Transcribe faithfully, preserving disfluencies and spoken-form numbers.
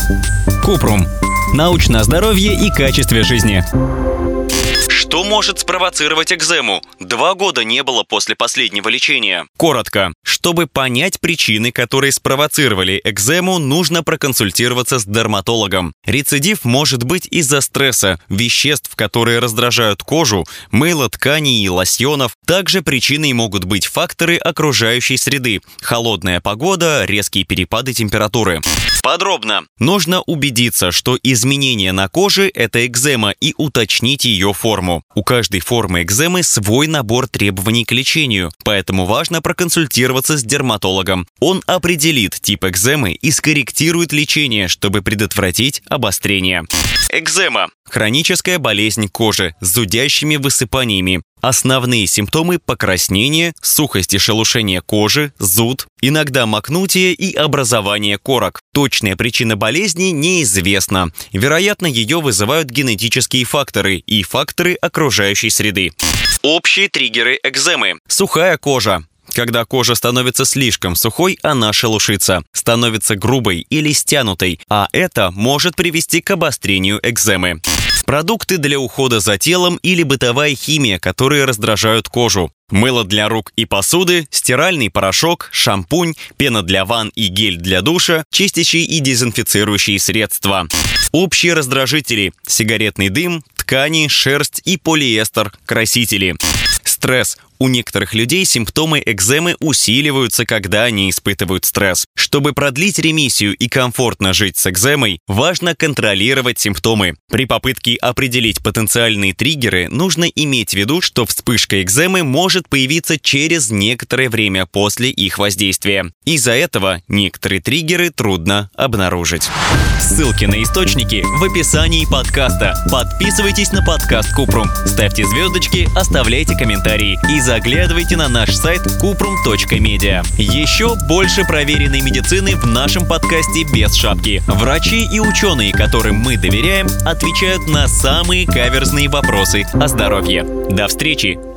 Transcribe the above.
Купрум. Научное здоровье и качестве жизни. Что может спровоцировать экзему? Два года не было после последнего лечения. Коротко. Чтобы понять причины, которые спровоцировали экзему, нужно проконсультироваться с дерматологом. Рецидив может быть из-за стресса, веществ, которые раздражают кожу, мыла, тканей и лосьонов. Также причиной могут быть факторы окружающей среды: холодная погода, резкие перепады температуры. Подробно. Нужно убедиться, что изменение на коже – это экзема, и уточнить ее форму. У каждой формы экземы свой набор требований к лечению, поэтому важно проконсультироваться с дерматологом. Он определит тип экземы и скорректирует лечение, чтобы предотвратить обострение. Экзема. Хроническая болезнь кожи с зудящими высыпаниями. Основные симптомы – покраснение, сухость и шелушение кожи, зуд, иногда мокнутие и образование корок. Точная причина болезни неизвестна. Вероятно, ее вызывают генетические факторы и факторы окружающей среды. Общие триггеры экземы. Сухая кожа. Когда кожа становится слишком сухой, она шелушится, становится грубой или стянутой, а это может привести к обострению экземы. Продукты для ухода за телом или бытовая химия, которые раздражают кожу. Мыло для рук и посуды, стиральный порошок, шампунь, пена для ванн и гель для душа, чистящие и дезинфицирующие средства. Общие раздражители – сигаретный дым, ткани, шерсть и полиэстер, красители. Стресс. У некоторых людей симптомы экземы усиливаются, когда они испытывают стресс. Чтобы продлить ремиссию и комфортно жить с экземой, важно контролировать симптомы. При попытке определить потенциальные триггеры нужно иметь в виду, что вспышка экземы может появиться через некоторое время после их воздействия. Из-за этого некоторые триггеры трудно обнаружить. Ссылки на источники в описании подкаста. Подписывайтесь на подкаст Купрум, ставьте звездочки, оставляйте комментарии и заглядывайте на наш сайт купрум точка медиа. Еще больше проверенной медицины в нашем подкасте без шапки. Врачи и ученые, которым мы доверяем, отвечают на самые каверзные вопросы о здоровье. До встречи!